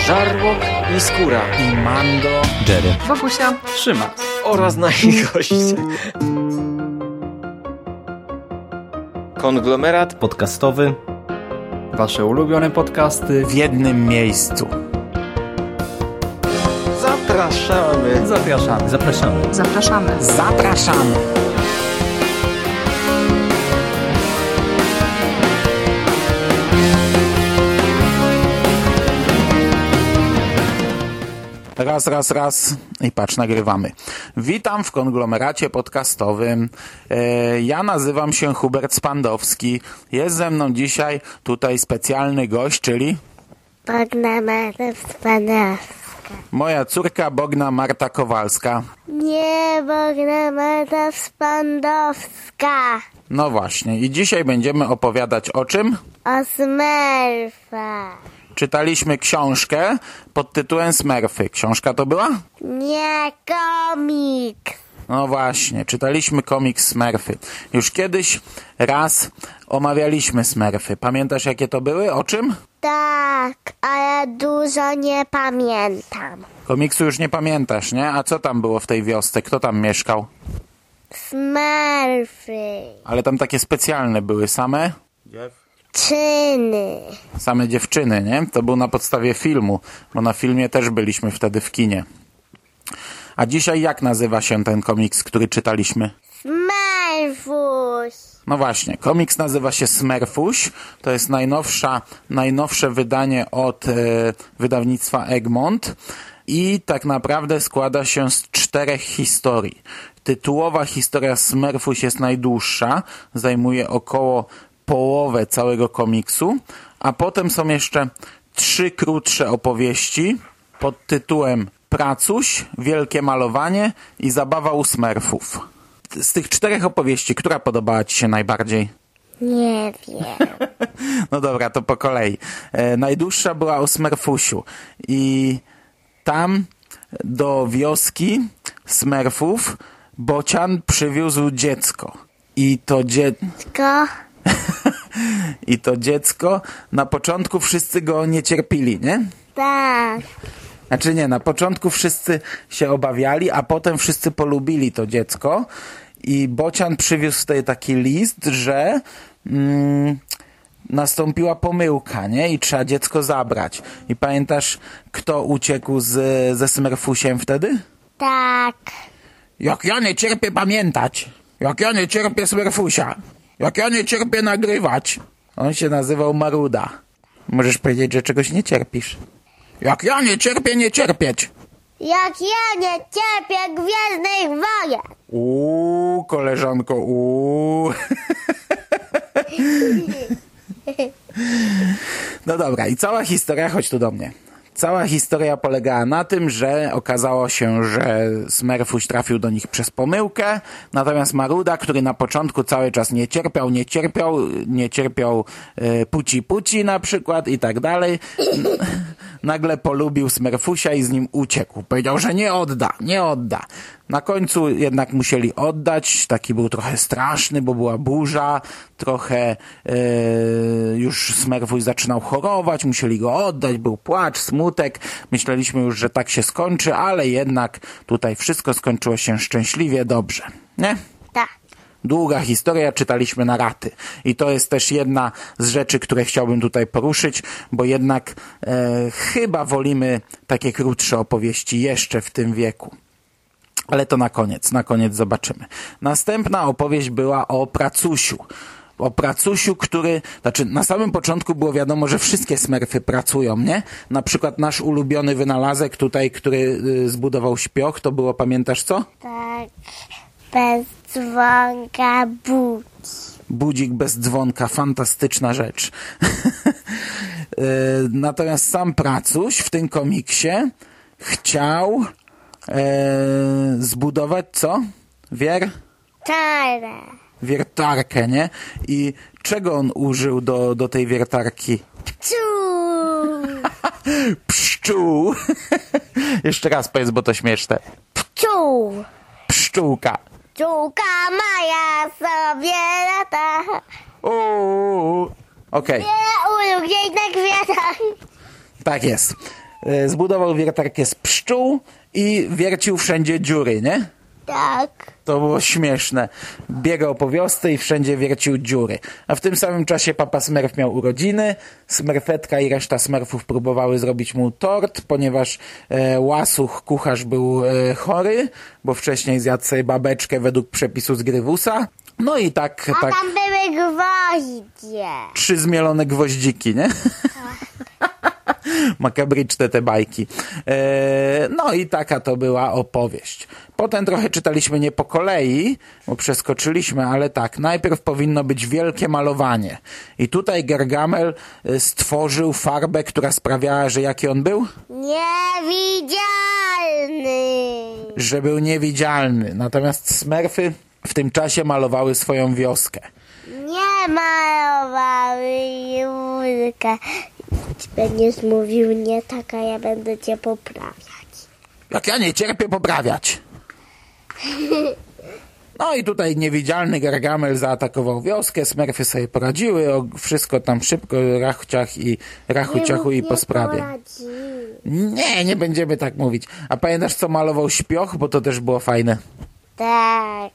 Żarłok i Skóra i Mando, Jerry, Wokusia, Szymas oraz nasi goście. Konglomerat podcastowy. Wasze ulubione podcasty w jednym miejscu. Zapraszamy. Zapraszamy. Zapraszamy. zapraszamy. Zapraszamy! Raz i patrz, nagrywamy. Witam w konglomeracie podcastowym. Ja nazywam się Hubert Spandowski. Jest ze mną dzisiaj tutaj specjalny gość, czyli Bogna Marta Spandowska. moja córka Bogna Marta Kowalska. Nie, Bogna Marta Spandowska. No właśnie, i dzisiaj będziemy opowiadać o czym? O Smurfach. Czytaliśmy książkę pod tytułem Smurfy. Książka to była? Nie, komiks. No właśnie, czytaliśmy komiks Smurfy. Już kiedyś raz omawialiśmy Smurfy. Pamiętasz, jakie to były? O czym? Tak, ale dużo nie pamiętam. Komiksu już nie pamiętasz, nie? A co tam było w tej wiosce? Kto tam mieszkał? Smurfy. Ale tam takie specjalne były same dziewczyny, nie? To był na podstawie filmu, bo na filmie też byliśmy wtedy w kinie. A dzisiaj jak nazywa się ten komiks, który czytaliśmy? Smurfuś. No właśnie, komiks nazywa się Smurfuś. To jest najnowsze wydanie od wydawnictwa Egmont i tak naprawdę składa się z 4 historii. Tytułowa historia Smurfuś jest najdłuższa, zajmuje około połowę całego komiksu, a potem są jeszcze 3 krótsze opowieści pod tytułem Pracuś, Wielkie Malowanie i Zabawa u Smurfów. Z tych 4 opowieści, która podobała ci się najbardziej? Nie wiem. No dobra, to po kolei. Najdłuższa była o Smurfusiu i tam do wioski Smurfów Bocian przywiózł dziecko. I to dziecko na początku wszyscy go nie cierpili, nie? Tak. Znaczy nie, na początku wszyscy się obawiali, a potem wszyscy polubili to dziecko i Bocian przywiózł tutaj taki list, że nastąpiła pomyłka, nie? I trzeba dziecko zabrać. I pamiętasz, kto uciekł ze Smurfusiem wtedy? Tak. Jak ja nie cierpię pamiętać, jak ja nie cierpię Smurfusia, jak ja nie cierpię nagrywać. On się nazywał Maruda. Możesz powiedzieć, że czegoś nie cierpisz. Jak ja nie cierpię nie cierpieć. Jak ja nie cierpię Gwiezdnych Wojen. Koleżanko, No dobra, i cała historia, chodź tu do mnie. Cała historia polegała na tym, że okazało się, że Smurfuś trafił do nich przez pomyłkę, natomiast Maruda, który na początku cały czas nie cierpiał puci na przykład i tak dalej, nagle polubił Smurfusia i z nim uciekł. Powiedział, że nie odda. Na końcu jednak musieli oddać, taki był trochę straszny, bo była burza, trochę już Smurfuś zaczynał chorować, musieli go oddać, był płacz, smutek, myśleliśmy już, że tak się skończy, ale jednak tutaj wszystko skończyło się szczęśliwie, dobrze, nie? Tak. Długa historia, czytaliśmy na raty. I to jest też jedna z rzeczy, które chciałbym tutaj poruszyć, bo jednak chyba wolimy takie krótsze opowieści jeszcze w tym wieku. Ale to na koniec zobaczymy. Następna opowieść była o Pracusiu. O Pracusiu, na samym początku było wiadomo, że wszystkie Smurfy pracują, nie? Na przykład nasz ulubiony wynalazek tutaj, który zbudował śpioch, to było, pamiętasz co? Tak. Bez dzwonka budzik. Budzik bez dzwonka, fantastyczna rzecz. Natomiast sam Pracuś w tym komiksie chciał zbudować co? Wiertarkę, nie? I czego on użył do tej wiertarki? Pszczół. Jeszcze raz powiedz, bo to śmieszne. Pszczółka. Pszczółka moja sobie lata. Okej. Wiele ulubionych kwiatach. Tak jest. zbudował wiertarkę z pszczół i wiercił wszędzie dziury, nie? Tak. To było śmieszne. Biegał po wiosce i wszędzie wiercił dziury. A w tym samym czasie papa Smurf miał urodziny. Smurfetka i reszta Smurfów próbowały zrobić mu tort, ponieważ łasuch, kucharz, był chory, bo wcześniej zjadł sobie babeczkę według przepisu z Grywusa. No i tak... A tam były gwoździe. 3 zmielone gwoździki, nie? Makabryczne te bajki. No i taka to była opowieść. Potem trochę czytaliśmy nie po kolei, bo przeskoczyliśmy, ale tak, najpierw powinno być wielkie malowanie. I tutaj Gargamel stworzył farbę, która sprawiała, że jaki on był? Niewidzialny. Że był niewidzialny. Natomiast Smurfy w tym czasie malowały swoją wioskę. Nie malowały Julkę. Będziesz mówił nie tak, a ja będę cię poprawiać. Jak ja nie cierpię poprawiać. No i tutaj niewidzialny Gargamel zaatakował wioskę, Smurfy sobie poradziły, wszystko tam szybko, rachu i po sprawie. Nie będziemy tak mówić. A pamiętasz, co malował Śpioch? Bo to też było fajne. Tak.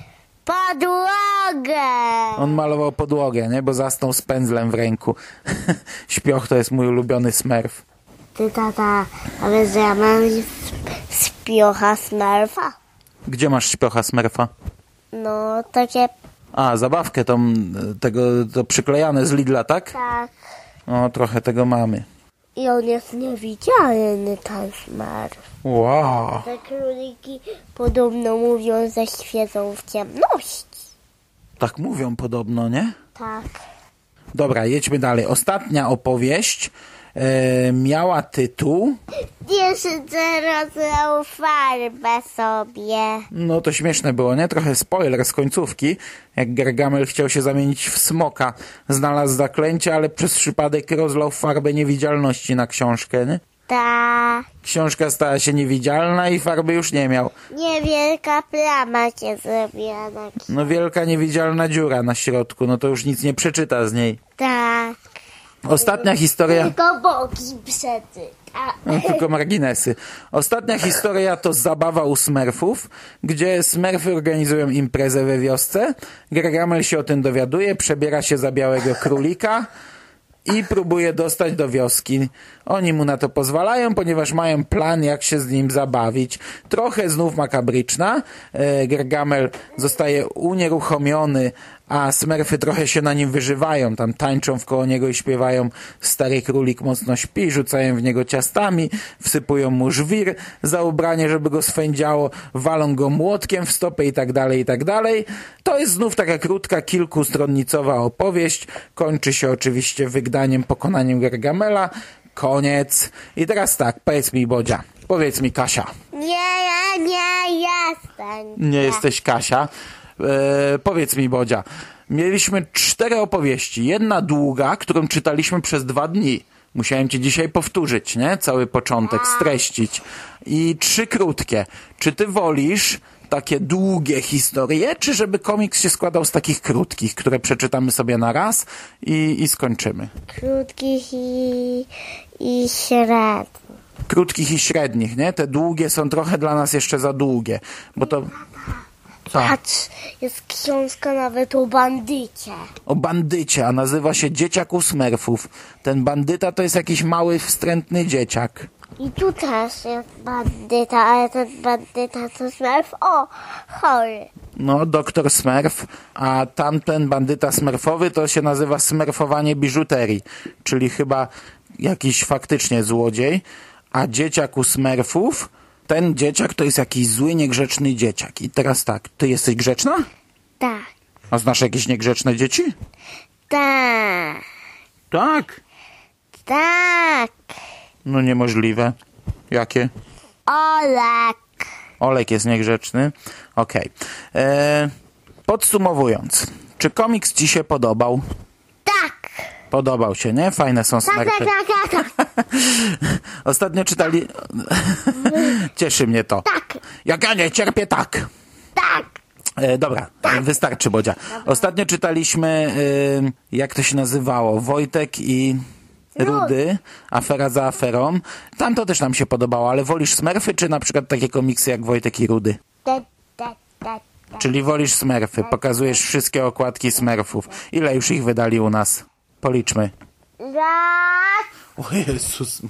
Podłogę. On malował podłogę, nie? Bo zasnął z pędzlem w ręku. Śpioch to jest mój ulubiony Smurf. Ty, tata, a wiesz, że ja mam Śpiocha Smurfa? Gdzie masz Śpiocha Smurfa? No, takie... A, zabawkę to przyklejane z Lidla, tak? Tak. O, trochę tego mamy. I on jest niewidzialny, ten Smurf. Wow. Te króliki podobno mówią, że świecą w ciemności. Tak mówią podobno, nie? Tak. Dobra, jedźmy dalej. Ostatnia opowieść miała tytuł... Jeszcze rozlał farbę sobie. No to śmieszne było, nie? Trochę spoiler z końcówki. Jak Gargamel chciał się zamienić w smoka, znalazł zaklęcie, ale przez przypadek rozlał farbę niewidzialności na książkę, nie? Tak. Książka stała się niewidzialna i farby już nie miał. Niewielka plama się zrobiła na książce. No wielka niewidzialna dziura na środku, no to już nic nie przeczyta z niej. Tak. Ostatnia historia... Tylko boki przeczyta. No, tylko marginesy. Ostatnia historia to zabawa u Smurfów, gdzie Smurfy organizują imprezę we wiosce. Gargamel się o tym dowiaduje, przebiera się za białego królika i próbuje dostać do wioski. Oni mu na to pozwalają, ponieważ mają plan, jak się z nim zabawić. Trochę znów makabryczna. Gargamel zostaje unieruchomiony, a Smurfy trochę się na nim wyżywają. Tam tańczą wkoło niego i śpiewają Stary królik mocno śpi, rzucają w niego ciastami, wsypują mu żwir za ubranie, żeby go swędziało, walą go młotkiem w stopę i tak dalej, i tak dalej. To jest znów taka krótka, kilkustronnicowa opowieść. Kończy się oczywiście wygnaniem, pokonaniem Gargamela. Koniec. I teraz tak, powiedz mi, Bodzia. Powiedz mi, Kasia. Nie jestem. Nie jesteś Kasia. Powiedz mi, Bodzia. Mieliśmy 4 opowieści. Jedna długa, którą czytaliśmy przez 2 dni. Musiałem ci dzisiaj powtórzyć, nie? Cały początek, streścić. I 3 krótkie. Czy ty wolisz takie długie historie, czy żeby komiks się składał z takich krótkich, które przeczytamy sobie na raz i skończymy? Krótkich i średnich. Krótkich i średnich, nie? Te długie są trochę dla nas jeszcze za długie, bo to... Co? Patrz, jest książka nawet o bandycie. O bandycie, a nazywa się Dzieciak u Smurfów. Ten bandyta to jest jakiś mały, wstrętny dzieciak. I tu też jest bandyta, ale ten bandyta to Smurf, chory. No, doktor Smurf, a tamten bandyta smurfowy to się nazywa smurfowanie biżuterii, czyli chyba jakiś faktycznie złodziej, a dzieciak u Smurfów, ten dzieciak to jest jakiś zły, niegrzeczny dzieciak. I teraz tak, ty jesteś grzeczna? Tak. A znasz jakieś niegrzeczne dzieci? Tak. Tak. Tak. No niemożliwe. Jakie? Olek. Olek jest niegrzeczny. Okej. Podsumowując, czy komiks ci się podobał? Tak. Podobał się, nie? Fajne są Smurfy. Tak. Ostatnio czytali... Cieszy mnie to. Tak. Jak ja nie cierpię, tak. Tak. Dobra, wystarczy, Bodzia. Ostatnio czytaliśmy, jak to się nazywało? Wojtek i Rudy, Afera za aferą. Tam to też nam się podobało, ale wolisz Smurfy, czy na przykład takie komiksy jak Wojtek i Rudy? Czyli wolisz Smurfy, pokazujesz wszystkie okładki Smurfów. Ile już ich wydali u nas? Policzmy. Raz, O Jezus.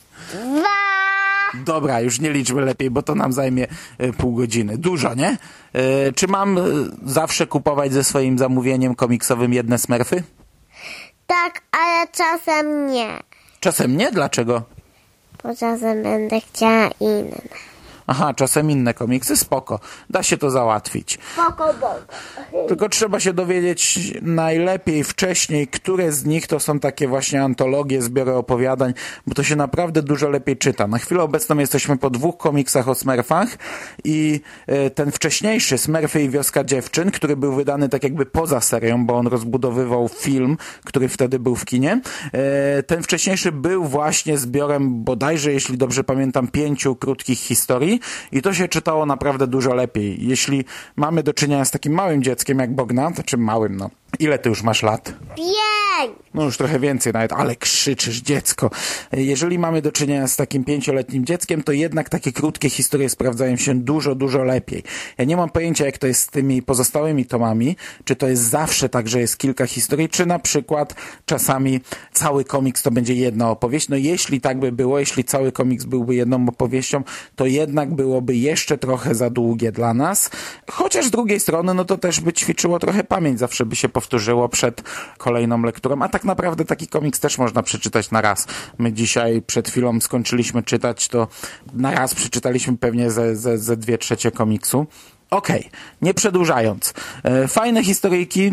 dwa, Dobra, już nie liczmy lepiej, bo to nam zajmie pół godziny. Dużo, nie? Czy mam zawsze kupować ze swoim zamówieniem komiksowym jedne Smurfy? tak, ale czasem nie. Czasem nie? Dlaczego? Bo czasem będę chciała inne. Aha, czasem inne komiksy? Spoko. Da się to załatwić. Spoko, Tylko trzeba się dowiedzieć najlepiej wcześniej, które z nich to są takie właśnie antologie, zbiory opowiadań, bo to się naprawdę dużo lepiej czyta. Na chwilę obecną jesteśmy po 2 komiksach o Smurfach i ten wcześniejszy, Smurfy i Wioska Dziewczyn, który był wydany tak jakby poza serią, bo on rozbudowywał film, który wtedy był w kinie. Ten wcześniejszy był właśnie zbiorem bodajże, jeśli dobrze pamiętam, 5 krótkich historii i to się czytało naprawdę dużo lepiej. Jeśli mamy do czynienia z takim małym dzieckiem jak Bogna, to czym małym, no. Ile ty już masz lat? 5. No już trochę więcej nawet, ale krzyczysz, dziecko. Jeżeli mamy do czynienia z takim 5-letnim dzieckiem, to jednak takie krótkie historie sprawdzają się dużo, dużo lepiej. Ja nie mam pojęcia, jak to jest z tymi pozostałymi tomami, czy to jest zawsze tak, że jest kilka historii, czy na przykład czasami cały komiks to będzie jedna opowieść. No jeśli tak by było, jeśli cały komiks byłby jedną opowieścią, to jednak byłoby jeszcze trochę za długie dla nas. Chociaż z drugiej strony, no to też by ćwiczyło trochę pamięć, zawsze by się powtórzyło przed kolejną lekturą, a tak naprawdę taki komiks też można przeczytać na raz. My dzisiaj przed chwilą skończyliśmy czytać, to na raz przeczytaliśmy pewnie ze 2/3 komiksu. Okej, nie przedłużając. Fajne historyjki.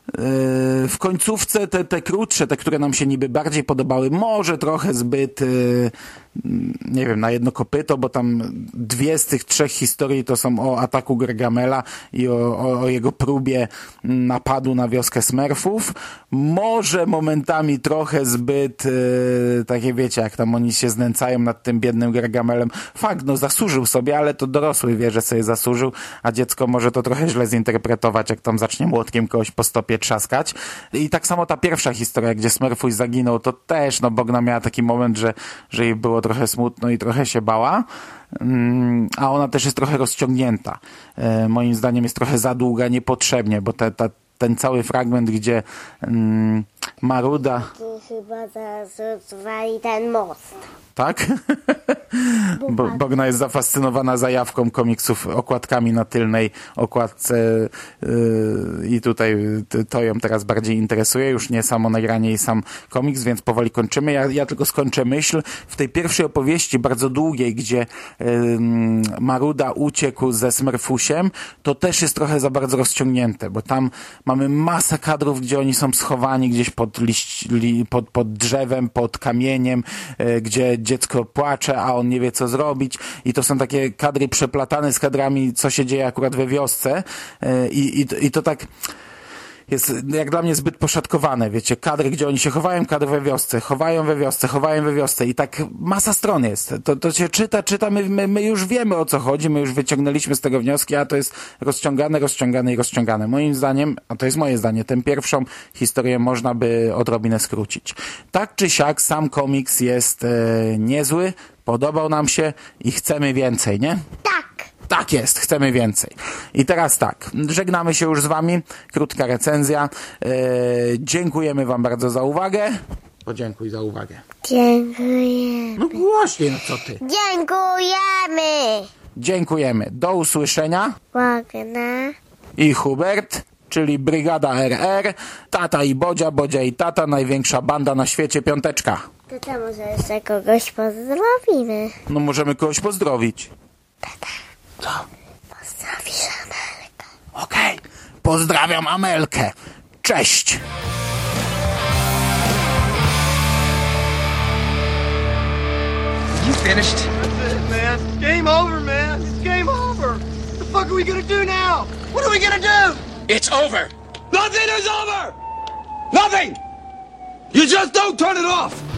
W końcówce te krótsze, te, które nam się niby bardziej podobały, może trochę zbyt nie wiem, na jedno kopyto, bo tam 2 z tych 3 historii to są o ataku Gargamela i o jego próbie napadu na wioskę Smurfów. Może momentami trochę zbyt takie, wiecie, jak tam oni się znęcają nad tym biednym Gargamelem. Fakt, no zasłużył sobie, ale to dorosły wie, że sobie zasłużył, a dziecko może to trochę źle zinterpretować, jak tam zacznie młotkiem kogoś po stopie trzaskać. I tak samo ta pierwsza historia, gdzie Smurfuś zaginął, to też, no Bogna miała taki moment, że jej było trochę smutno i trochę się bała, a ona też jest trochę rozciągnięta. Moim zdaniem jest trochę za długa niepotrzebnie, bo ten cały fragment, gdzie Maruda... Chyba zaraz rozwali ten most. Tak? Bogna jest zafascynowana zajawką komiksów, okładkami na tylnej okładce i tutaj to ją teraz bardziej interesuje, już nie samo nagranie i sam komiks, więc powoli kończymy. Ja tylko skończę myśl. W tej pierwszej opowieści, bardzo długiej, gdzie Maruda uciekł ze Smurfusiem, to też jest trochę za bardzo rozciągnięte, bo tam mamy masę kadrów, gdzie oni są schowani gdzieś pod drzewem, pod kamieniem, gdzie dziecko płacze, a on nie wie, co zrobić, i to są takie kadry przeplatane z kadrami, co się dzieje akurat we wiosce, i to tak jest jak dla mnie zbyt poszatkowane, wiecie, kadry, gdzie oni się chowają, kadry we wiosce, chowają we wiosce i tak masa stron jest. To się czyta, my już wiemy, o co chodzi, my już wyciągnęliśmy z tego wnioski, a to jest rozciągane. Moim zdaniem, a to jest moje zdanie, tę pierwszą historię można by odrobinę skrócić. Tak czy siak, sam komiks jest niezły, podobał nam się i chcemy więcej, nie? Tak jest, chcemy więcej. I teraz tak, żegnamy się już z wami, krótka recenzja. Dziękujemy wam bardzo za uwagę. Podziękuj za uwagę. Dziękujemy. No głośniej, no co ty? Dziękujemy. Dziękujemy. Do usłyszenia. Bogna I Hubert, czyli Brygada RR, tata i Bodzia i tata, największa banda na świecie, piąteczka. To może jeszcze kogoś pozdrowimy. No możemy kogoś pozdrowić. Co? Pozdrowisz Amelkę. Okej. Pozdrawiam Amelkę. Cześć. You finished? That's it, man. Game over, man. It's game over. What the fuck are we gonna do now? What are we gonna do? It's over! Nothing is over! Nothing! You just don't turn it off!